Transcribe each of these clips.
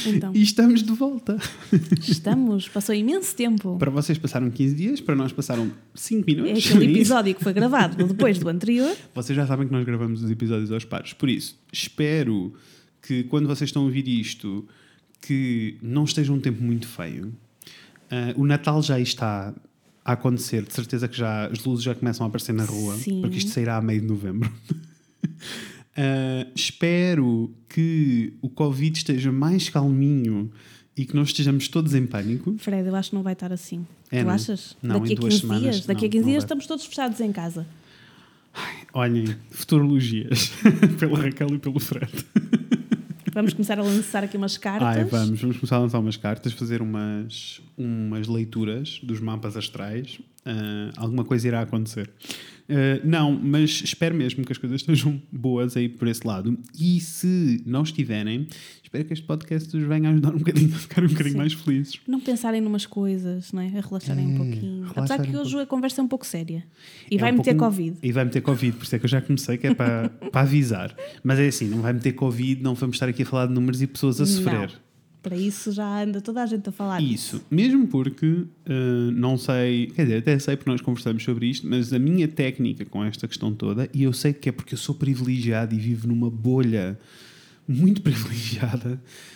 Então. E estamos de volta. Passou imenso tempo. Para vocês passaram 15 dias, para nós passaram 5 minutos. É aquele episódio que foi gravado depois do anterior. Vocês já sabem que nós gravamos os episódios aos pares. Por isso, espero que quando vocês estão a ouvir isto, que não esteja um tempo muito feio. O Natal já está a acontecer. De certeza que já as luzes já começam a aparecer na rua. Sim. Porque isto sairá a meio de novembro. Espero que o Covid esteja mais calminho e que não estejamos todos em pânico. Fred, eu acho que não vai estar assim. É, tu não? achas? Não, Daqui em a 2 15 semanas, dias? Daqui a não, 15 não dias vai. estamos todos fechados em casa. Olhem, futurologias pela Raquel e pelo Fred. Vamos começar a lançar aqui umas cartas. Vamos começar a lançar umas cartas, fazer umas leituras dos mapas astrais. Alguma coisa irá acontecer. Não, mas espero mesmo que as coisas estejam boas aí por esse lado. E se não estiverem, espero que este podcast os venha a ajudar um bocadinho a ficar um bocadinho mais felizes. Não pensarem numas coisas, não é? A relaxarem um pouquinho. Apesar que hoje a conversa é um pouco séria. E vai meter Covid. E vai meter Covid, por isso é que eu já comecei, que é para avisar. Mas é assim, não vai meter Covid, não vamos estar aqui a falar de números e pessoas a sofrer. Não. Para isso já anda toda a gente a falar Isso, disso. mesmo porque não sei, quer dizer, até sei porque nós conversamos sobre isto, mas a minha técnica com esta questão toda, e eu sei que é porque eu sou privilegiado e vivo numa bolha muito privilegiada,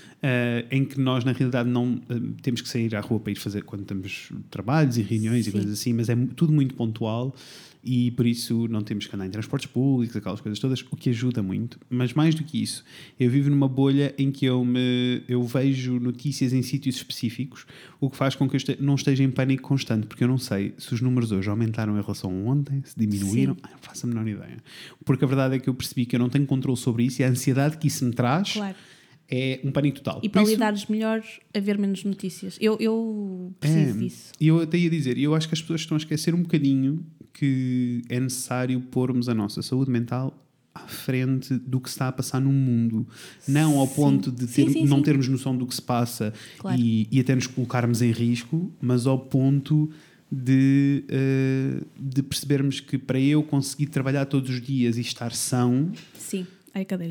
em que nós na realidade não temos que sair à rua para ir fazer quando temos trabalhos e reuniões. Sim. E coisas assim, mas é tudo muito pontual. E por isso não temos que andar em transportes públicos, aquelas coisas todas, o que ajuda muito. Mas mais do que isso, eu vivo numa bolha em que eu vejo notícias em sítios específicos, o que faz com que eu não esteja em pânico constante, porque eu não sei se os números hoje aumentaram em relação a ontem, se diminuíram, não faço a menor ideia. Porque a verdade é que eu percebi que eu não tenho controle sobre isso e a ansiedade que isso me traz... Claro. É um pânico total. E para lidares melhor, haver menos notícias. Eu preciso disso. E eu até ia dizer, eu acho que as pessoas estão a esquecer um bocadinho que é necessário pormos a nossa saúde mental à frente do que se está a passar no mundo. Não ao ponto de não termos noção do que se passa, claro. e até nos colocarmos em risco, mas ao ponto de percebermos que para eu conseguir trabalhar todos os dias e estar são... Sim. Ai, cadeira.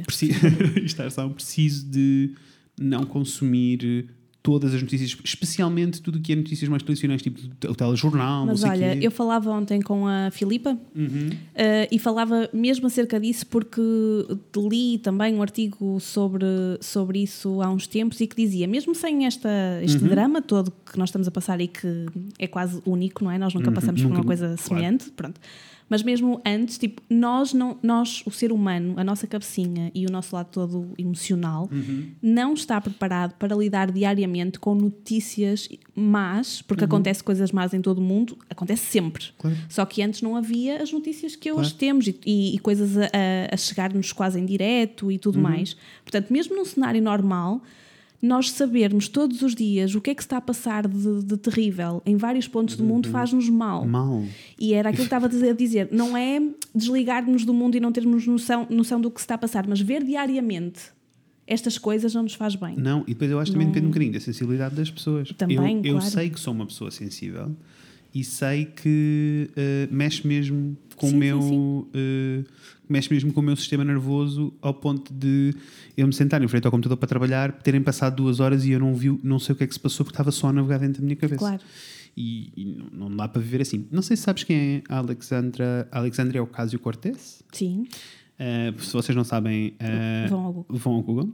Preciso de não consumir todas as notícias, especialmente tudo o que é notícias mais tradicionais, tipo o telejornal. Mas olha, eu falava ontem com a Filipa e falava mesmo acerca disso porque li também um artigo sobre isso há uns tempos e que dizia, mesmo sem este drama todo que nós estamos a passar e que é quase único, não é? Nós nunca passamos por uma coisa semelhante, pronto. Mas mesmo antes, tipo, nós, o ser humano, a nossa cabecinha e o nosso lado todo emocional, não está preparado para lidar diariamente com notícias más, porque acontece coisas más em todo o mundo, acontece sempre. Claro. Só que antes não havia as notícias que hoje temos e coisas a chegar-nos quase em direto e tudo mais. Portanto, mesmo num cenário normal... Nós sabermos todos os dias o que é que se está a passar de terrível em vários pontos do mundo faz-nos mal. E era aquilo que estava a dizer. Não é desligar-nos do mundo e não termos noção do que se está a passar, mas ver diariamente estas coisas não nos faz bem. Não, e depois eu acho que também depende um bocadinho da sensibilidade das pessoas. Também, eu claro. sei que sou uma pessoa sensível e sei que mexe mesmo com o meu... mexe mesmo com o meu sistema nervoso ao ponto de eu me sentar em frente ao computador para trabalhar, terem passado 2 horas e eu não sei o que é que se passou porque estava só a navegar dentro da minha cabeça. Claro. E não dá para viver assim. Não sei se sabes quem é a Alexandria Ocasio-Cortez. Sim. Se vocês não sabem, vão ao Google.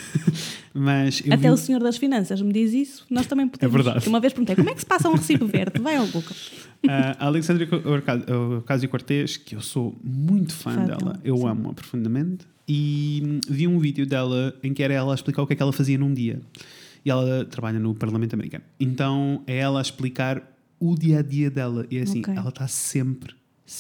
Mas até o senhor das finanças me diz isso, nós também podemos. É verdade. Uma vez perguntei, como é que se passa um recibo verde? Vai ao Google. A Alexandria Ocasio-Cortez, que eu sou muito fã dela, eu amo-a profundamente, e vi um vídeo dela em que era ela a explicar o que é que ela fazia num dia. E ela trabalha no Parlamento Americano. Então é ela a explicar o dia-a-dia dela. E é assim, ela está sempre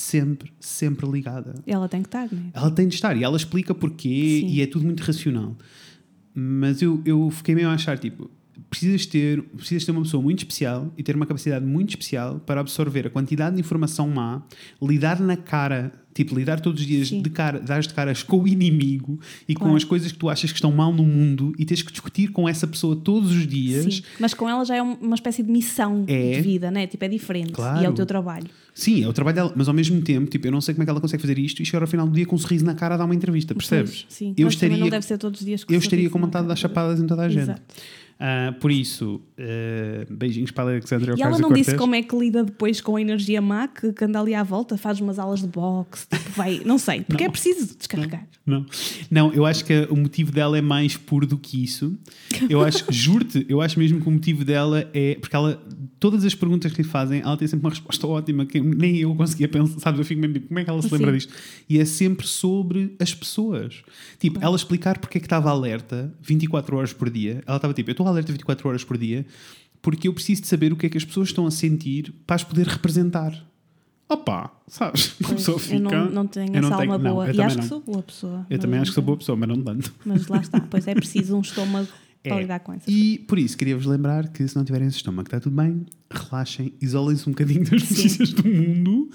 ligada. Ela tem que estar, não é? Ela tem de estar. E ela explica porquê. Sim. E é tudo muito racional. Mas eu fiquei meio a achar, tipo, precisas ter uma pessoa muito especial e ter uma capacidade muito especial para absorver a quantidade de informação má, lidar na cara, lidar todos os dias dar de caras com o inimigo e com as coisas que tu achas que estão mal no mundo e tens que discutir com essa pessoa todos os dias. Sim, mas com ela já é uma espécie de missão de vida, né? É diferente. Claro. E é o teu trabalho. Sim, é o trabalho dela, mas ao mesmo tempo, eu não sei como é que ela consegue fazer isto e chegar ao final do dia com um sorriso na cara a dar uma entrevista, percebes? Pois, sim, mas também não deve ser todos os dias que eu estaria com vontade de dar chapadas em toda a gente. Exato. Por isso, beijinhos para a Alexandra. E ela não disse como é que lida depois com a energia má que anda ali à volta, faz umas aulas de boxe, vai, não sei, porque é preciso descarregar. Não, eu acho que o motivo dela é mais puro do que isso. Eu acho, juro-te, eu acho mesmo que o motivo dela é porque ela, todas as perguntas que lhe fazem, ela tem sempre uma resposta ótima que nem eu conseguia pensar, sabes? Eu fico mesmo, como é que ela se lembra disto? E é sempre sobre as pessoas. Ela explicar porque é que estava alerta 24 horas por dia. Ela estava eu estou alerta 24 horas por dia porque eu preciso de saber o que é que as pessoas estão a sentir para as poder representar. Opa, sabes? A pessoa fica... Eu não tenho essa alma boa. E acho que sou boa pessoa. Eu também acho que sou boa pessoa, mas não tanto. Mas lá está, pois é preciso um estômago para lidar com isso. E por isso queria-vos lembrar que se não tiverem esse estômago está tudo bem, relaxem, isolem-se um bocadinho das notícias do mundo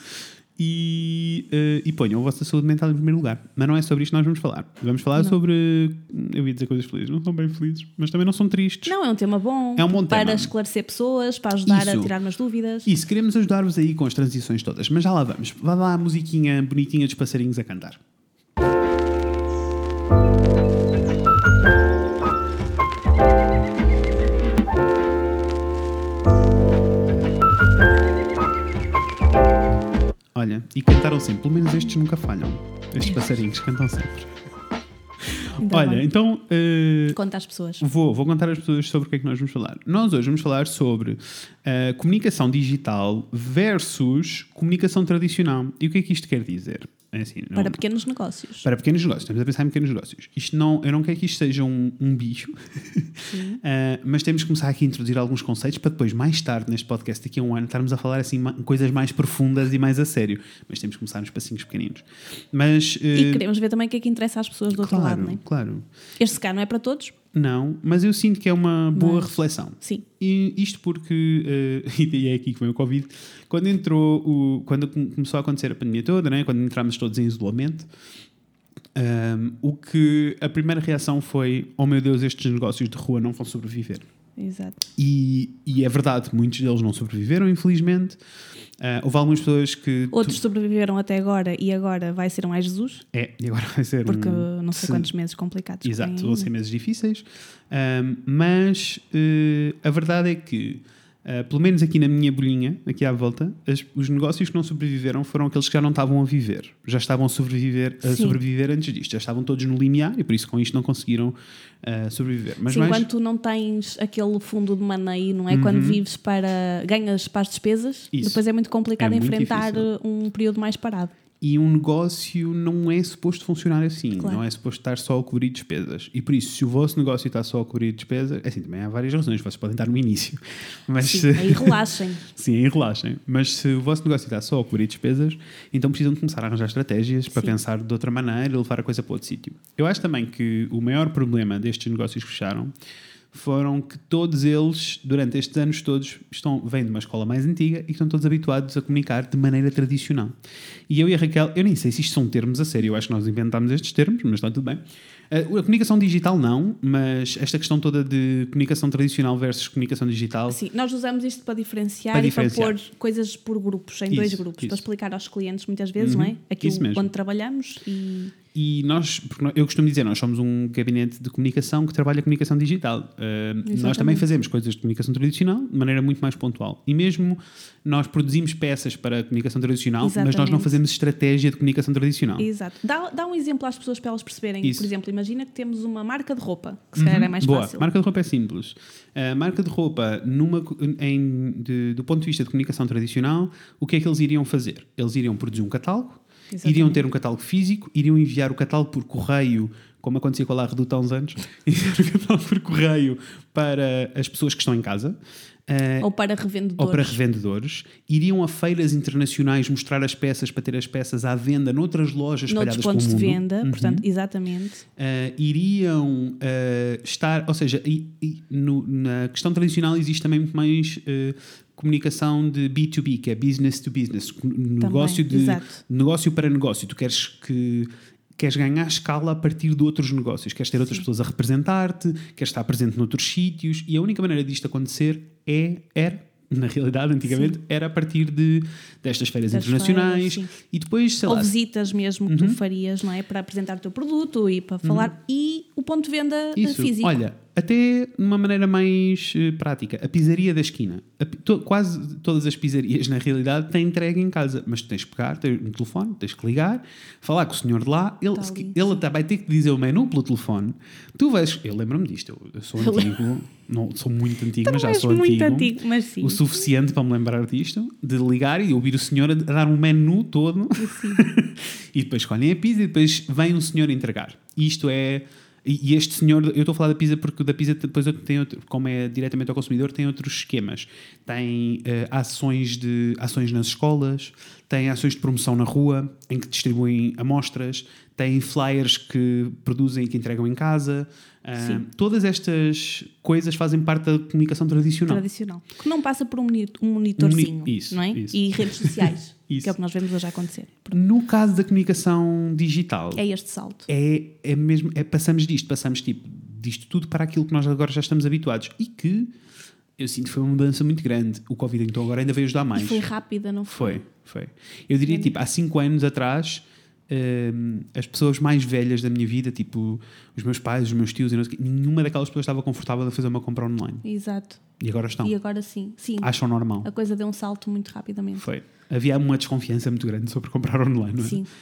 e ponham a vossa saúde mental em primeiro lugar. Mas não é sobre isto que nós vamos falar. Vamos falar sobre... Eu ia dizer coisas felizes. Não são bem felizes, mas também não são tristes. Não, é um tema bom. É um bom para tema. Esclarecer pessoas, para ajudar a tirar umas dúvidas. Isso, queremos ajudar-vos aí com as transições todas. Mas já lá vamos. Vá lá a musiquinha bonitinha dos passarinhos a cantar. Olha, e cantaram sempre. Pelo menos estes nunca falham. Estes passarinhos cantam sempre. Olha, então... Conta às pessoas. Vou contar às pessoas sobre o que é que nós vamos falar. Nós hoje vamos falar sobre comunicação digital versus comunicação tradicional. E o que é que isto quer dizer? É assim, para pequenos negócios. Para pequenos negócios. Estamos a pensar em pequenos negócios. Eu não quero que isto seja um bicho, mas temos que começar aqui a introduzir alguns conceitos para depois, mais tarde, neste podcast, daqui a um ano, estarmos a falar assim coisas mais profundas e mais a sério. Mas temos que começar nos passinhos pequeninos. E queremos ver também o que é que interessa às pessoas do outro lado, não é? Claro. Este cá não é para todos? Não, mas eu sinto que é uma boa reflexão. Sim. E isto porque, e é aqui que vem o Covid, quando começou a acontecer a pandemia toda, né, quando entramos todos em isolamento, a primeira reação foi: oh meu Deus, estes negócios de rua não vão sobreviver. Exato. E é verdade, muitos deles não sobreviveram, infelizmente. Houve algumas pessoas que... Outros sobreviveram até agora e agora vai ser um ai Jesus. E agora vai ser porque não sei quantos meses complicados. Exato, vão ser meses difíceis. Mas a verdade é que, pelo menos aqui na minha bolhinha, aqui à volta, os negócios que não sobreviveram foram aqueles que já não estavam a viver. Já estavam a sobreviver antes disto. Já estavam todos no limiar e por isso com isto não conseguiram sobreviver. Mas quando tu não tens aquele fundo de maneio, não é? Quando vives ganhas para as despesas, depois é muito complicado enfrentar um período mais parado. E um negócio não é suposto funcionar assim, claro. Não é suposto estar só a cobrir despesas. E por isso, se o vosso negócio está só a cobrir despesas, assim, também há várias razões, vocês podem estar no início. Mas sim, aí relaxem. Sim, aí relaxem. Mas se o vosso negócio está só a cobrir despesas, então precisam de começar a arranjar estratégias para pensar de outra maneira e levar a coisa para outro sítio. Eu acho também que o maior problema destes negócios que fecharam foram que todos eles, durante estes anos todos, vêm de uma escola mais antiga e estão todos habituados a comunicar de maneira tradicional. E eu e a Raquel, eu nem sei se isto são termos a sério, eu acho que nós inventámos estes termos, mas está tudo bem. A comunicação digital não, mas esta questão toda de comunicação tradicional versus comunicação digital... Sim, nós usamos isto para diferenciar e para pôr coisas por grupos, em dois grupos, para explicar aos clientes muitas vezes, não é? Aquilo onde trabalhamos E nós, porque eu costumo dizer, nós somos um gabinete de comunicação que trabalha a comunicação digital. Nós também fazemos coisas de comunicação tradicional de maneira muito mais pontual. E mesmo nós produzimos peças para a comunicação tradicional, mas nós não fazemos estratégia de comunicação tradicional. Exato. Dá um exemplo às pessoas para elas perceberem. Isso. Por exemplo, imagina que temos uma marca de roupa, que se calhar é mais fácil. Marca de roupa é simples. A marca de roupa, do ponto de vista de comunicação tradicional, o que é que eles iriam fazer? Eles iriam produzir um catálogo Exatamente. Iriam ter um catálogo físico, iriam enviar o catálogo por correio, como acontecia com a La Redoute há uns anos, enviar o catálogo por correio para as pessoas que estão em casa. Ou para revendedores. Iriam a feiras internacionais mostrar as peças para ter as peças à venda noutras lojas espalhadas pelo mundo. Noutros pontos de venda, portanto, exatamente. Iriam estar... Ou seja, na questão tradicional existe também muito mais... comunicação de B2B, que é business to business, negócio para negócio. Tu queres ganhar escala a partir de outros negócios, queres ter outras pessoas a representar-te, queres estar presente noutros sítios, e a única maneira disto acontecer era, na realidade, antigamente, era a partir destas feiras internacionais e depois, sei lá... Ou visitas mesmo que tu farias, não é? Para apresentar o teu produto e para falar, e o ponto de venda físico. Olha, até de uma maneira mais prática, a pizzaria da esquina. Quase todas as pizzarias, na realidade, têm entrega em casa, mas tu tens que pegar, tens um telefone, tens que ligar, falar com o senhor de lá, ele até vai ter que dizer o menu pelo telefone. Tu vais... Eu lembro-me disto, eu sou antigo, não sou muito antigo, mas já sou antigo. Mas sim. O suficiente para me lembrar disto, de ligar e ouvir o senhor a dar um menu todo. E depois escolhem a pizza e depois vem um senhor entregar. Isto é... E este senhor, eu estou a falar da pizza porque da pizza depois tem outro, como é diretamente ao consumidor, tem outros esquemas. Tem ações nas escolas, tem ações de promoção na rua, em que distribuem amostras, tem flyers que produzem e que entregam em casa. Todas estas coisas fazem parte da comunicação tradicional. Que não passa por um monitorzinho, não é? Isso. E redes sociais, que é o que nós vemos hoje acontecer. No caso da comunicação digital... É este salto. É mesmo, passamos disto tudo para aquilo que nós agora já estamos habituados. E que eu sinto que foi uma mudança muito grande. O Covid então agora ainda veio ajudar mais. E foi rápida, não foi? Foi. Eu diria, há 5 anos atrás... as pessoas mais velhas da minha vida, tipo os meus pais, os meus tios, nenhuma daquelas pessoas estava confortável a fazer uma compra online. Exato. E agora estão. E agora sim. Acham normal. A coisa deu um salto muito rapidamente. Foi. Havia uma desconfiança muito grande sobre comprar online, não é? Sim.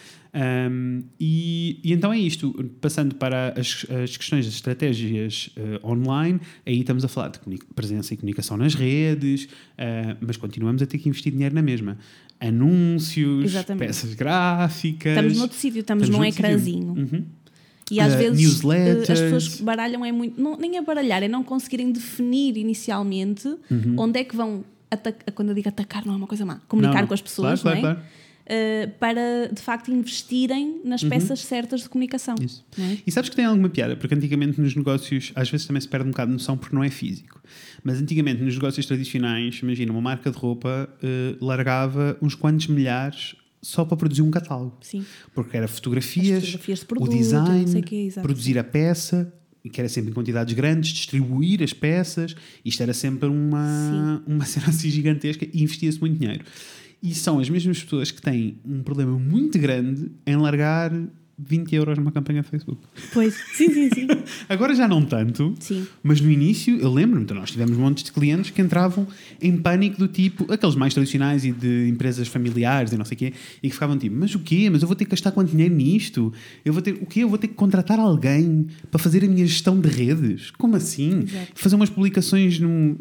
E então é isto. Passando para as questões das estratégias online, aí estamos a falar de presença e comunicação nas redes, mas continuamos a ter que investir dinheiro na mesma. Anúncios, exatamente, peças gráficas... Estamos noutro sítio, estamos num ecrãzinho. E às vezes newsletters. As pessoas baralham nem a baralhar, é não conseguirem definir inicialmente onde é que vão quando eu digo atacar não é uma coisa má, comunicar com as pessoas, claro, não é? Claro. Para de facto investirem nas peças certas de comunicação. Isso. Não é? E sabes que tem alguma piada, porque antigamente nos negócios às vezes também se perde um bocado de noção porque não é físico, mas antigamente nos negócios tradicionais, imagina, uma marca de roupa largava uns quantos milhares só para produzir um catálogo. Sim. Porque era fotografias de produto, o design, não sei quê, produzir a peça, que era sempre em quantidades grandes, distribuir as peças, isto era sempre uma cena assim gigantesca e investia-se muito dinheiro. E são as mesmas pessoas que têm um problema muito grande em largar 20 euros numa campanha de Facebook. Pois, sim. Agora já não tanto, mas no início, eu lembro-me, então nós tivemos montes de clientes que entravam em pânico do tipo, aqueles mais tradicionais e de empresas familiares e não sei o quê, e que ficavam tipo, mas o quê? Mas eu vou ter que gastar quanto dinheiro nisto? Eu vou ter que contratar alguém para fazer a minha gestão de redes? Como assim? Exato. Fazer umas publicações num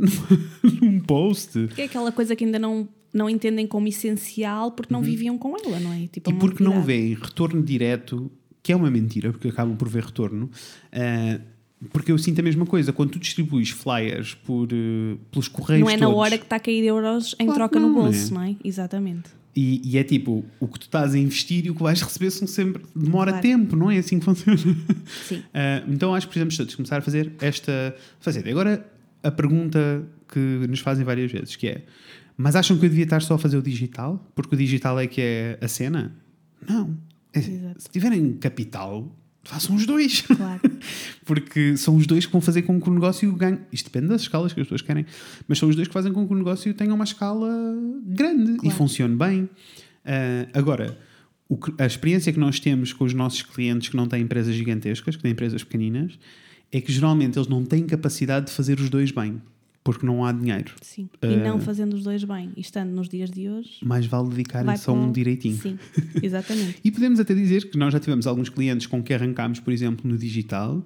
post? Que é aquela coisa que ainda não entendem como essencial porque não viviam com ela, não é? Tipo, e porque não veem retorno direto, que é uma mentira, porque acabam por ver retorno, porque eu sinto a mesma coisa, quando tu distribuis flyers pelos correios não é todos, na hora que está a cair euros em troca no bolso, não é? Exatamente. E é tipo, o que tu estás a investir e o que vais receber são sempre... Demora tempo, não é assim que funciona? Sim. Então acho que precisamos todos começar a fazer agora a pergunta que nos fazem várias vezes, que é: mas acham que eu devia estar só a fazer o digital? Porque o digital é que é a cena? Não. Se tiverem capital, façam os dois. Claro. Porque são os dois que vão fazer com que o negócio ganhe. Isto depende das escalas que as pessoas querem, mas são os dois que fazem com que o negócio tenha uma escala grande e funcione bem. Agora, a experiência que nós temos com os nossos clientes que não têm empresas gigantescas, que têm empresas pequeninas, é que geralmente eles não têm capacidade de fazer os dois bem. Porque não há dinheiro. Sim. E não fazendo os dois bem. E estando nos dias de hoje... mais vale dedicarem-se a um direitinho. Sim, exatamente. E podemos até dizer que nós já tivemos alguns clientes com que arrancámos, por exemplo, no digital,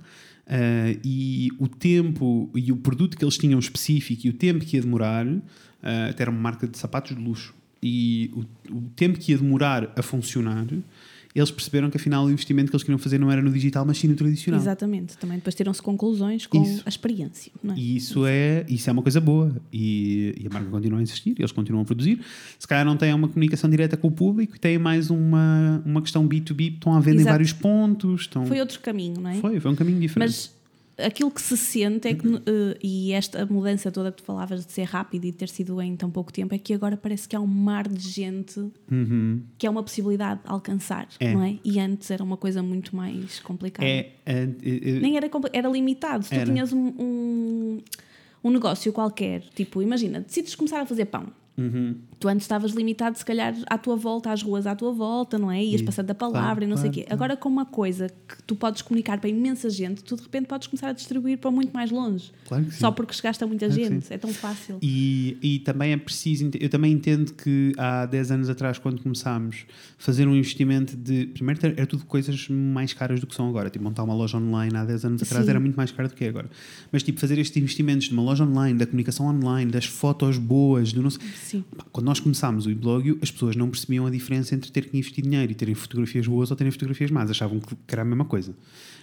e o tempo e o produto que eles tinham específico e o tempo que ia demorar, até era uma marca de sapatos de luxo. e o tempo que ia demorar a funcionar, eles perceberam que afinal o investimento que eles queriam fazer não era no digital, mas sim no tradicional. Exatamente. Também depois tiram-se conclusões com a experiência. Não é? E isso é uma coisa boa. E a marca continua a insistir, eles continuam a produzir. Se calhar não têm uma comunicação direta com o público, têm mais uma questão B2B, estão à venda em vários pontos. Foi outro caminho, não é? Foi um caminho diferente. Mas aquilo que se sente é que, e esta mudança toda que tu falavas de ser rápido e de ter sido em tão pouco tempo, é que agora parece que há um mar de gente que é uma possibilidade de alcançar, não é? E antes era uma coisa muito mais complicada. Nem era limitado. Se tu tinhas um negócio qualquer, tipo, imagina, decides começar a fazer pão. Tu antes estavas limitado, se calhar, à tua volta, às ruas à tua volta, não é? Ias passando a palavra e não sei o quê. Agora, com uma coisa que tu podes comunicar para imensa gente, tu de repente podes começar a distribuir para muito mais longe. Claro que sim. Só porque chegaste a muita gente. É tão fácil. E também é preciso... Eu também entendo que há 10 anos atrás, quando começámos, fazer um investimento de... Primeiro, era tudo coisas mais caras do que são agora. Tipo, montar uma loja online há 10 anos atrás era muito mais caro do que é agora. Mas, tipo, fazer estes investimentos de uma loja online, da comunicação online, das fotos boas, do nosso... Sim. Quando nós começámos o e-blog, as pessoas não percebiam a diferença entre ter que investir dinheiro e terem fotografias boas ou terem fotografias más. Achavam que era a mesma coisa.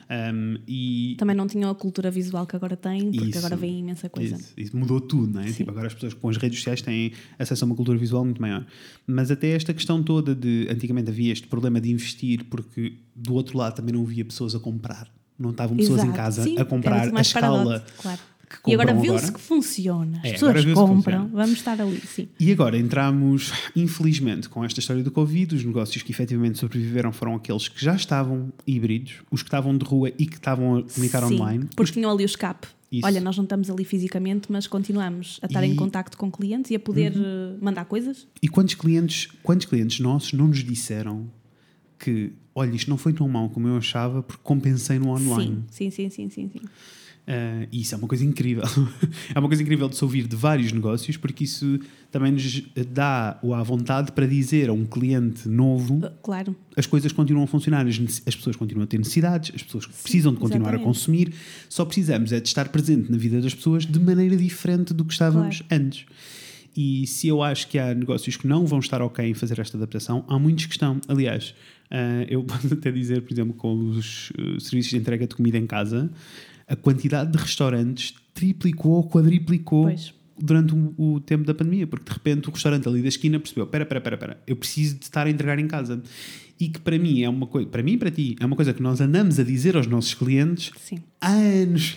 Também não tinham a cultura visual que agora têm, porque agora vem imensa coisa. Isso mudou tudo, não é? Tipo, agora as pessoas com as redes sociais têm acesso a uma cultura visual muito maior. Mas até esta questão toda de... Antigamente havia este problema de investir porque do outro lado também não havia pessoas a comprar. Não estavam pessoas em casa a comprar a escala... Claro. E agora viu-se que funciona. As pessoas compram. Vamos estar ali, sim. E agora entramos, infelizmente, com esta história do Covid. Os negócios que efetivamente sobreviveram foram aqueles que já estavam híbridos, os que estavam de rua e que estavam a comunicar online. Porque tinham ali o escape. Isso. Olha, nós não estamos ali fisicamente, mas continuamos a estar em contacto com clientes e a poder mandar coisas. E quantos clientes nossos não nos disseram que, olha, isto não foi tão mau como eu achava porque compensei no online? Sim. E isso é uma coisa incrível. É uma coisa incrível de se ouvir de vários negócios, porque isso também nos dá a vontade para dizer a um cliente novo claro. As coisas continuam a funcionar, as pessoas continuam a ter necessidades, as pessoas precisam de continuar a consumir, só precisamos é de estar presente na vida das pessoas de maneira diferente do que estávamos antes. E se eu acho que há negócios que não vão estar ok em fazer esta adaptação, há muitos que estão. Aliás, eu posso até dizer, por exemplo, com os serviços de entrega de comida em casa, a quantidade de restaurantes triplicou ou quadriplicou durante o tempo da pandemia, porque de repente o restaurante ali da esquina percebeu, espera, eu preciso de estar a entregar em casa. E que para mim é uma coisa, para mim e para ti, é uma coisa que nós andamos a dizer aos nossos clientes há anos.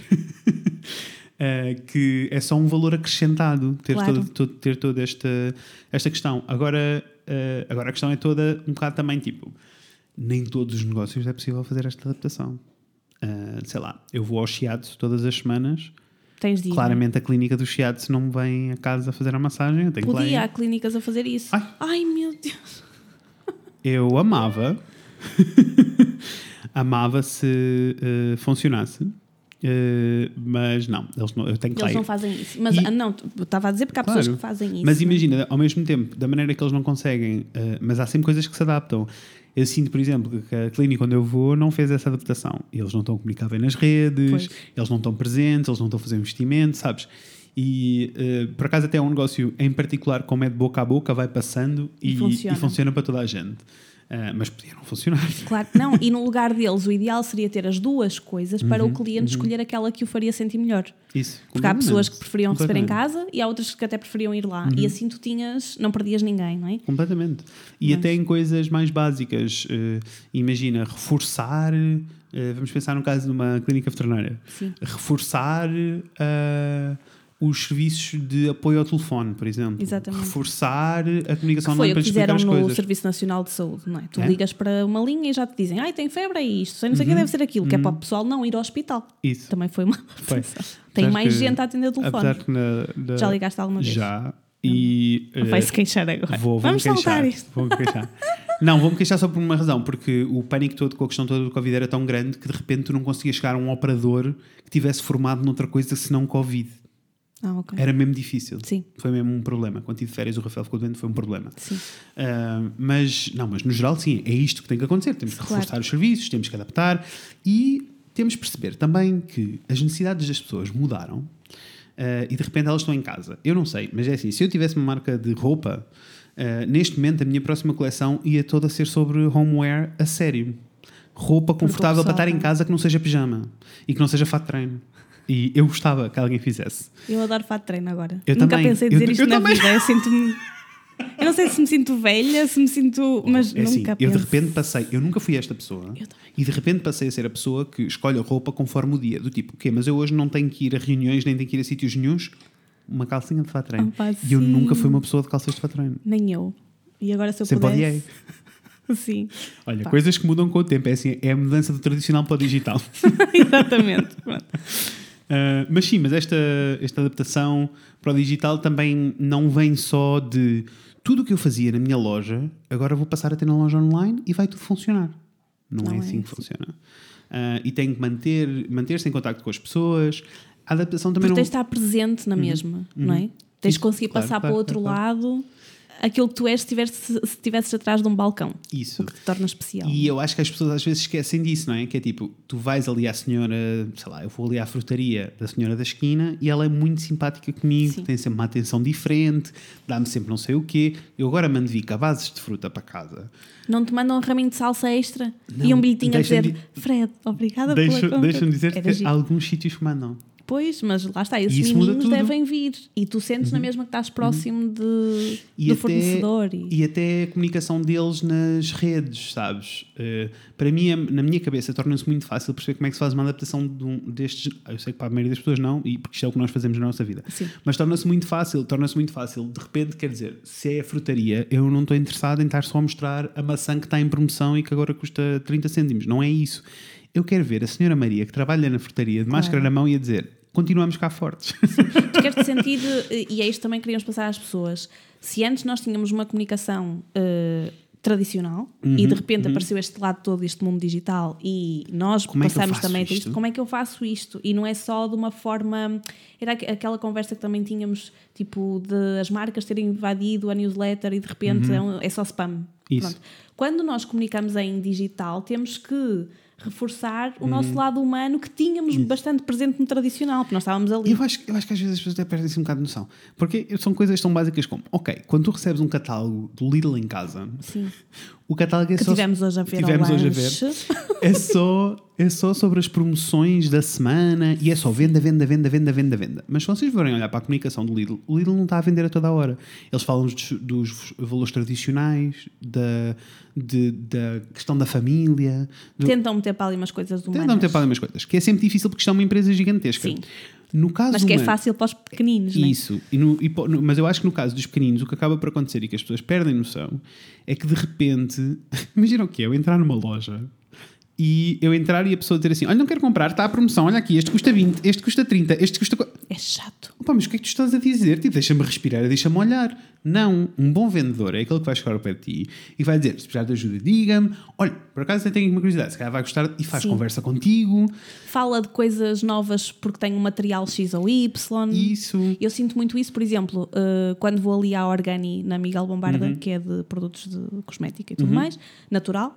Que é só um valor acrescentado ter toda esta questão. Agora a questão é toda um bocado também tipo, nem todos os negócios é possível fazer esta adaptação. Sei lá, eu vou ao Shiatsu todas as semanas. Claramente a clínica do Shiatsu não me vem a casa fazer a massagem. Eu tenho Podia, há clínicas a fazer isso. Ai meu Deus. Eu amava se funcionasse. Mas não, eu tenho que eles não fazem isso. Mas não, estava a dizer porque há pessoas que fazem isso. Mas imagina, ao mesmo tempo, da maneira que eles não conseguem, mas há sempre coisas que se adaptam. Eu sinto, por exemplo, que a clínica onde eu vou não fez essa adaptação. Eles não estão a comunicar bem nas redes, eles não estão presentes, eles não estão a fazer investimento, sabes? E por acaso até é um negócio em particular, como é de boca a boca, vai passando e funciona para toda a gente. Mas podia não funcionar. Claro, não, e no lugar deles o ideal seria ter as duas coisas para o cliente escolher aquela que o faria sentir melhor. Isso, porque há pessoas que preferiam receber em casa e há outras que até preferiam ir lá. E assim tu não perdias ninguém, não é? Completamente. E até em coisas mais básicas, imagina, reforçar, vamos pensar no caso de uma clínica veterinária, reforçar os serviços de apoio ao telefone, por exemplo. Exatamente. Reforçar a comunicação online para explicar as coisas. Foi o que fizeram no Serviço Nacional de Saúde, não é? Tu ligas para uma linha e já te dizem tem febre, é isto, não sei o que deve ser aquilo, que é para o pessoal não ir ao hospital. Isso. Também foi uma Tem mais gente a atender o telefone. Já ligaste alguma vez? Já. E vai-se queixar agora. Vamos saltar isto. Vou-me queixar. Não, vou-me queixar só por uma razão, porque o pânico todo com a questão toda do Covid era tão grande que de repente tu não conseguias chegar a um operador que tivesse formado noutra coisa senão Covid. Okay. Era mesmo difícil. Sim. Foi mesmo um problema. Quando tive férias, o Rafael ficou doente, foi um problema. Sim. Mas no geral, sim, é isto que tem que acontecer. Temos que reforçar os serviços, temos que adaptar e temos que perceber também que as necessidades das pessoas mudaram. e de repente elas estão em casa. Eu não sei, mas é assim, se eu tivesse uma marca de roupa, neste momento a minha próxima coleção ia toda ser sobre homeware a sério. Roupa confortável para estar em casa que não seja pijama e que não seja fato de treino. E eu gostava que alguém fizesse. Eu adoro fato de treino agora. Eu Nunca também. pensei dizer isto eu na também. vida. Eu sinto-me... Eu não sei se me sinto velha, se me sinto... Mas É assim, nunca eu penso... de repente passei... Eu nunca fui esta pessoa. E de repente passei a ser a pessoa que escolhe a roupa conforme o dia. Do tipo, mas eu hoje não tenho que ir a reuniões, nem tenho que ir a sítios nenhuns. Uma calcinha de fato de treino. E eu nunca fui uma pessoa de calças de fato de treino. Nem eu. E agora se eu sempre pudesse... odiei. Sim. Olha, coisas que mudam com o tempo. É assim, é a mudança do tradicional para o digital. Exatamente. Mas sim, mas esta adaptação para o digital também não vem só de tudo o que eu fazia na minha loja, agora vou passar a ter na loja online e vai tudo funcionar. Não é assim que funciona. E tem que manter-se em contacto com as pessoas. A adaptação também porque tens de estar presente na mesma, não é? Tens de conseguir passar para o outro lado aquilo que tu és se estivesses atrás de um balcão. Isso. O que te torna especial. E eu acho que as pessoas às vezes esquecem disso, não é? Que é tipo, tu vais ali à senhora, sei lá, eu vou ali à frutaria da senhora da esquina e ela é muito simpática comigo, tem sempre uma atenção diferente, dá-me sempre não sei o quê. Eu agora mando vir cabazes de fruta para casa. Não te mandam um raminho de salsa extra Não, e um bilhetinho a dizer Fred, obrigada pela compra. Deixa-me dizer que alguns sítios que mandam. Pois, mas lá está, esses miminhos devem vir e tu sentes na mesma que estás próximo do fornecedor. E até a comunicação deles nas redes, sabes? Para mim, na minha cabeça, torna-se muito fácil perceber como é que se faz uma adaptação destes... Eu sei que para a maioria das pessoas não, porque isto é o que nós fazemos na nossa vida. Sim. Mas torna-se muito fácil. De repente, quer dizer, se é a frutaria, eu não estou interessado em estar só a mostrar a maçã que está em promoção e que agora custa 30 cêntimos. Não é isso. Eu quero ver a senhora Maria, que trabalha na frutaria, de máscara na mão e a dizer... Continuamos cá fortes. Tu queres-te sentir, e é isto também que queríamos passar às pessoas, se antes nós tínhamos uma comunicação tradicional e de repente apareceu este lado todo, este mundo digital e nós passamos também a isto, como é que eu faço isto? E não é só de uma forma... Era aquela conversa que também tínhamos, tipo, de as marcas terem invadido a newsletter e de repente é só spam. Pronto. Quando nós comunicamos em digital, temos que reforçar o nosso lado humano que tínhamos bastante presente no tradicional, porque nós estávamos ali. Eu acho que às vezes as pessoas até perdem-se um bocado de noção. Porque são coisas tão básicas como, quando tu recebes um catálogo do Lidl em casa, o catálogo é que só... tivemos hoje a ver ao lanche. É só sobre as promoções da semana e é só venda. Mas se vocês forem olhar para a comunicação do Lidl, o Lidl não está a vender a toda a hora. Eles falam dos valores tradicionais, da questão da família. Tentam meter para ali umas coisas humanas. Tentam meter para ali umas coisas, que é sempre difícil porque isto é uma empresa gigantesca. Sim. No caso mas que é fácil para os pequeninos, não é? Isso. Mas eu acho que no caso dos pequeninos, o que acaba por acontecer e que as pessoas perdem noção é que de repente, imagina o que é, eu entrar numa loja e eu entrar e a pessoa dizer assim, olha, não quero comprar, está à promoção, olha aqui, este custa 20, este custa 30, este custa... É chato. Opa, mas o que é que tu estás a dizer? Tipo, deixa-me respirar, deixa-me olhar. Não, um bom vendedor é aquele que vai chegar ao pé de ti e vai dizer, se precisar de ajuda, diga-me, olha, por acaso eu tenho uma curiosidade, se calhar vai gostar e faz conversa contigo. Fala de coisas novas porque tem um material X ou Y. Isso. Eu sinto muito isso, por exemplo, quando vou ali à Organi, na Miguel Bombarda, que é de produtos de cosmética e tudo mais, natural.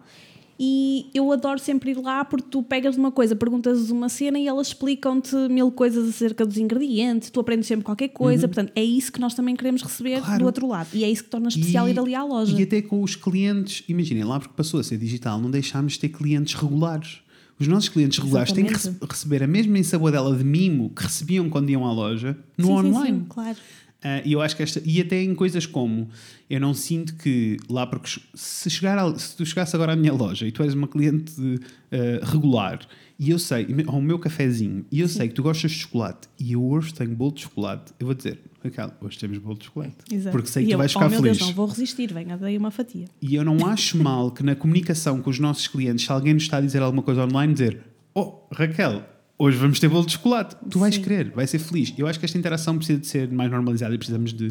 E eu adoro sempre ir lá porque tu pegas uma coisa, perguntas uma cena e elas explicam-te 1000 coisas acerca dos ingredientes, tu aprendes sempre qualquer coisa, portanto é isso que nós também queremos receber do outro lado e é isso que torna especial ir ali à loja. E até com os clientes, imaginem, lá porque passou a ser digital, não deixámos de ter clientes regulares. Os nossos clientes regulares têm que receber a mesma ensaboadela de mimo que recebiam quando iam à loja no online. Sim, claro. E eu acho que e até em coisas como eu não sinto que lá, porque se tu chegasse agora à minha loja e tu és uma cliente regular e eu sei, ao meu cafezinho, e eu sei que tu gostas de chocolate e eu hoje tenho bolo de chocolate, eu vou dizer, Raquel, hoje temos bolo de chocolate. Exato. Porque sei que tu vais ficar feliz. Deus, não vou resistir, venha, dei uma fatia. E eu não acho mal que na comunicação com os nossos clientes, se alguém nos está a dizer alguma coisa online, dizer, Raquel, hoje vamos ter bolo de chocolate. Tu vais querer, vais ser feliz. Eu acho que esta interação precisa de ser mais normalizada e precisamos de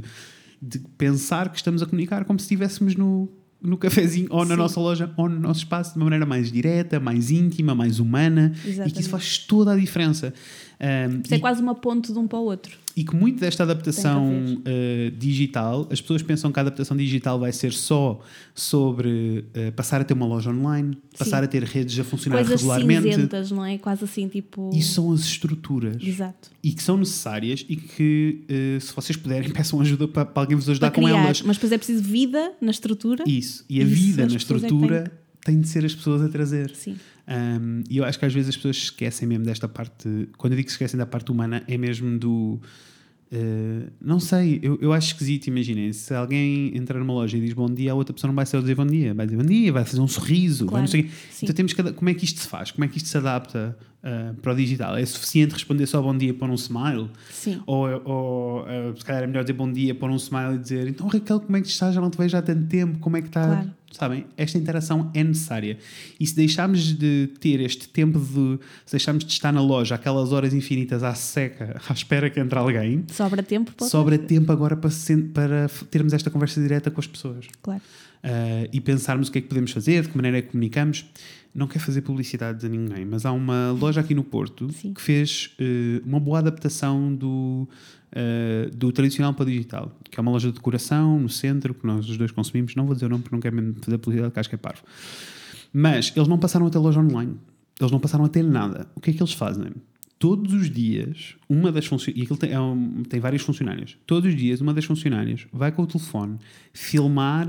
pensar que estamos a comunicar como se estivéssemos no cafezinho ou na nossa loja ou no nosso espaço de uma maneira mais direta, mais íntima, mais humana. Exatamente. E que isso faz toda a diferença. Isto é quase uma ponte de um para o outro. E que muito desta adaptação digital, as pessoas pensam que a adaptação digital vai ser só sobre passar a ter uma loja online, passar a ter redes a funcionar coisas regularmente. Cinzentas, não é? Quase assim, tipo... E são as estruturas. Exato. E que são necessárias e que, se vocês puderem, peçam ajuda para alguém vos ajudar para com criar. elas. Mas depois é preciso vida na estrutura. Isso. E a vida na estrutura tem de ser as pessoas a trazer. Sim. E eu acho que às vezes as pessoas esquecem mesmo desta parte. Quando eu digo que se esquecem da parte humana, é mesmo do... não sei, eu acho esquisito. Imaginem, se alguém entrar numa loja e diz bom dia, a outra pessoa não vai só dizer bom dia, vai dizer bom dia, vai fazer um sorriso, claro, então temos como é que isto se faz, como é que isto se adapta para o digital? É suficiente responder só bom dia pôr um smile? Sim. Ou se calhar é melhor dizer bom dia, pôr um smile e dizer então Raquel, como é que estás? Já não te vejo há tanto tempo, como é que está? Claro. Sabem? Esta interação é necessária. E se deixarmos de ter este tempo se deixarmos de estar na loja aquelas horas infinitas à seca, à espera que entre alguém, sobra tempo agora para termos esta conversa direta com as pessoas. Claro. E pensarmos o que é que podemos fazer, de que maneira é que comunicamos. Não quero fazer publicidade a ninguém, mas há uma loja aqui no Porto que fez uma boa adaptação do tradicional para o digital, que é uma loja de decoração no centro, que nós os dois consumimos. Não vou dizer o nome porque não quero mesmo fazer publicidade, que acho que é parvo. Mas eles não passaram a ter loja online. Eles não passaram a ter nada. O que é que eles fazem? Todos os dias, uma das funcionárias, e aquilo tem vários funcionários, todos os dias uma das funcionárias vai com o telefone filmar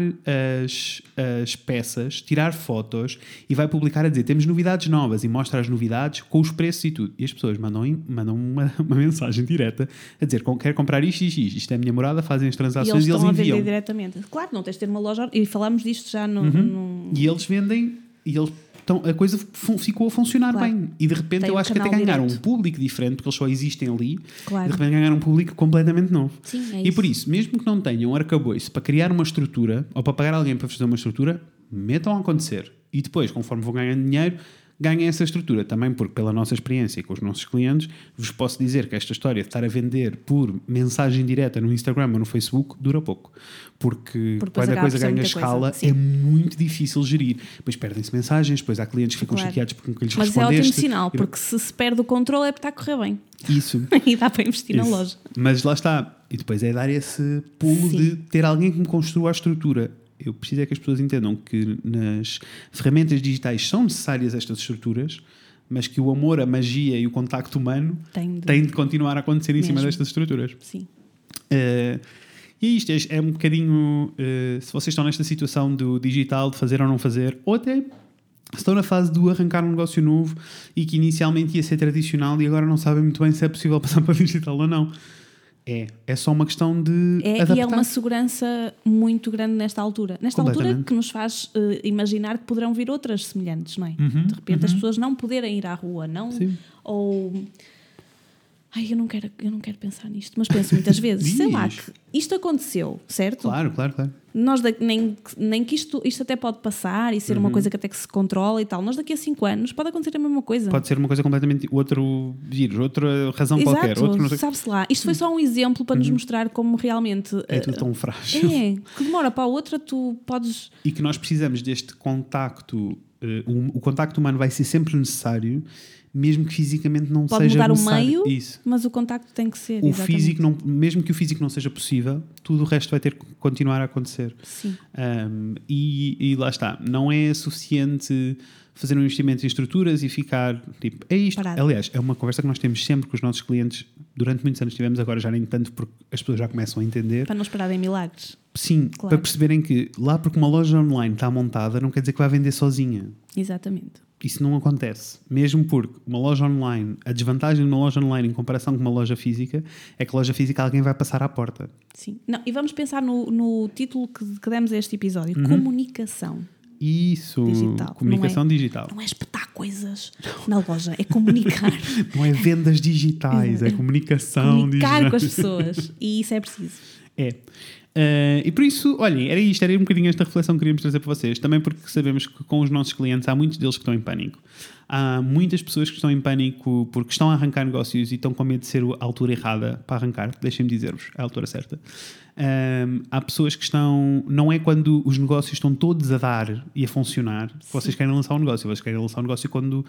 as peças, tirar fotos e vai publicar a dizer temos novidades novas e mostra as novidades com os preços e tudo. E as pessoas mandam uma mensagem direta a dizer quero comprar isto é a minha morada, fazem as transações e eles estão enviam. A vender diretamente. Claro, não tens de ter uma loja, e falámos disto já no... E eles vendem, então a coisa ficou a funcionar bem. E de repente eu acho que até ganharam um público diferente, porque eles só existem ali. Claro. E de repente ganharam um público completamente novo. Sim, é e por isso, mesmo que não tenham um arcabouço para criar uma estrutura, ou para pagar alguém para fazer uma estrutura, metam a acontecer. E depois, conforme vão ganhando dinheiro, ganhem essa estrutura. Também porque, pela nossa experiência com os nossos clientes, vos posso dizer que esta história de estar a vender por mensagem direta no Instagram ou no Facebook dura pouco. Porque quando a coisa ganha escala é muito difícil gerir. Depois perdem-se mensagens, depois há clientes que ficam chateados porque nunca lhes respondeste. Mas é ótimo sinal, porque se perde o controle é porque está a correr bem. Isso. E dá para investir na loja. Mas lá está. E depois é dar esse pulo de ter alguém que me construa a estrutura. Eu preciso é que as pessoas entendam que nas ferramentas digitais são necessárias estas estruturas, mas que o amor, a magia e o contacto humano têm de continuar a acontecer em cima destas estruturas. Sim. E isto é um bocadinho... se vocês estão nesta situação do digital, de fazer ou não fazer, ou até estão na fase do arrancar um negócio novo e que inicialmente ia ser tradicional e agora não sabem muito bem se é possível passar para digital ou não. É só uma questão de adaptar. E é uma segurança muito grande nesta altura. Nesta altura que nos faz imaginar que poderão vir outras semelhantes, não é? De repente as pessoas não poderem ir à rua, não? Sim. Ou... Ai, eu não quero pensar nisto, mas penso muitas vezes, sei lá, que isto aconteceu, certo? Claro. Nós nem que isto até pode passar e ser uma coisa que até que se controla e tal. Nós daqui a 5 anos pode acontecer a mesma coisa. Pode ser uma coisa completamente... outro vírus, outra razão Exato, qualquer. sabe-se lá. Isto foi só um exemplo para nos mostrar como realmente... É tudo tão frágil. Que demora para a outra, tu podes... E que nós precisamos deste contacto... o contacto humano vai ser sempre necessário, mesmo que fisicamente não pode seja necessário. Pode mudar o meio, Isso. mas o contacto tem que ser. O físico não, mesmo que o físico não seja possível, tudo o resto vai ter que continuar a acontecer. Sim. E lá está. Não é suficiente fazer um investimento em estruturas e ficar tipo, é isto. Parado. Aliás, é uma conversa que nós temos sempre com os nossos clientes. Durante muitos anos tivemos, agora já nem tanto, porque as pessoas já começam a entender. Para não esperarem milagres. Sim, claro. Para perceberem que lá porque uma loja online está montada não quer dizer que vai vender sozinha. Exatamente. Isso não acontece. Mesmo porque uma loja online, a desvantagem de uma loja online em comparação com uma loja física é que a loja física alguém vai passar à porta. Sim. Não, e vamos pensar no título que demos a este episódio. Comunicação. Isso. Digital. Comunicação digital. Não é espetar coisas na loja, é comunicar. Não é vendas digitais, é comunicação comunicar digital. Com as pessoas. E isso é preciso. É. E por isso, olhem, era isto, era um bocadinho esta reflexão que queríamos trazer para vocês, também porque sabemos que com os nossos clientes há muitos deles que estão em pânico. Há muitas pessoas que estão em pânico porque estão a arrancar negócios e estão com medo de ser a altura errada para arrancar. Deixem-me dizer-vos, é a altura certa. Há pessoas que estão... Não é quando os negócios estão todos a dar e a funcionar que vocês querem lançar um negócio. Vocês querem lançar um negócio quando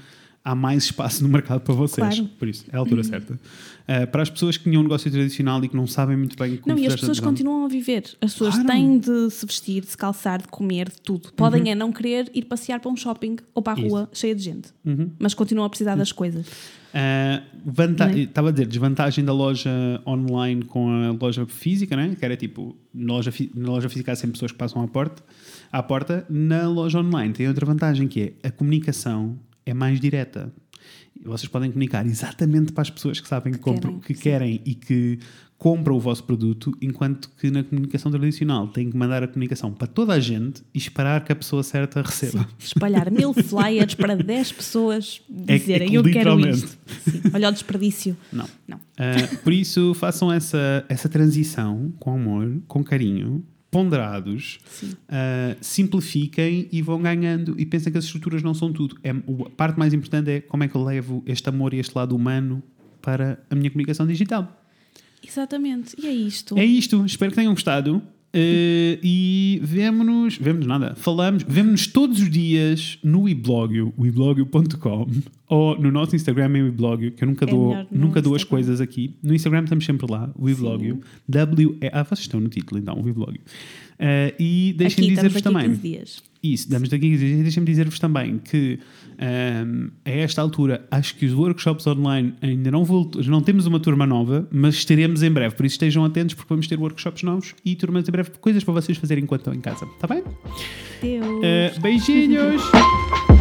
há mais espaço no mercado para vocês. Claro. Por isso, é a altura certa. Para as pessoas que tinham um negócio tradicional e que não sabem muito bem como Não, e as fazer pessoas esta continuam a viver. As pessoas Claro. têm de se vestir, de se calçar, de comer, de tudo. Podem não querer ir passear para um shopping ou para a rua cheia de gente. Mas continuam a precisar das coisas. Estava a dizer, desvantagem da loja online com a loja física, né? Que era tipo, na loja física há sempre pessoas que passam à porta. Na loja online tem outra vantagem, que é a comunicação é mais direta. Vocês podem comunicar exatamente para as pessoas que sabem que querem e que compram o vosso produto, enquanto que na comunicação tradicional têm que mandar a comunicação para toda a gente e esperar que a pessoa certa receba. Sim. Espalhar 1000 flyers para 10 pessoas dizerem eu quero isto. Sim. Olha o desperdício. Não. Por isso façam essa transição com amor, com carinho, ponderados, simplifiquem e vão ganhando e pensem que as estruturas não são tudo. A parte mais importante é como é que eu levo este amor e este lado humano para a minha comunicação digital. Exatamente, e é isto. É isto, espero que tenham gostado. E vemo-nos todos os dias no weblogio, weblogio.com, ou no nosso Instagram em weblogio, que eu nunca dou as coisas aqui. No Instagram estamos sempre lá, weblogio. Vocês estão no título então, weblogio. E deixem-me dizer-vos também. 15 dias. Isso, damos daqui a 15 dias. E deixem-me dizer-vos também que a esta altura acho que os workshops online ainda não temos uma turma nova, mas estaremos em breve, por isso estejam atentos porque vamos ter workshops novos e turmas em breve, coisas para vocês fazerem enquanto estão em casa, está bem? Deus. Beijinhos!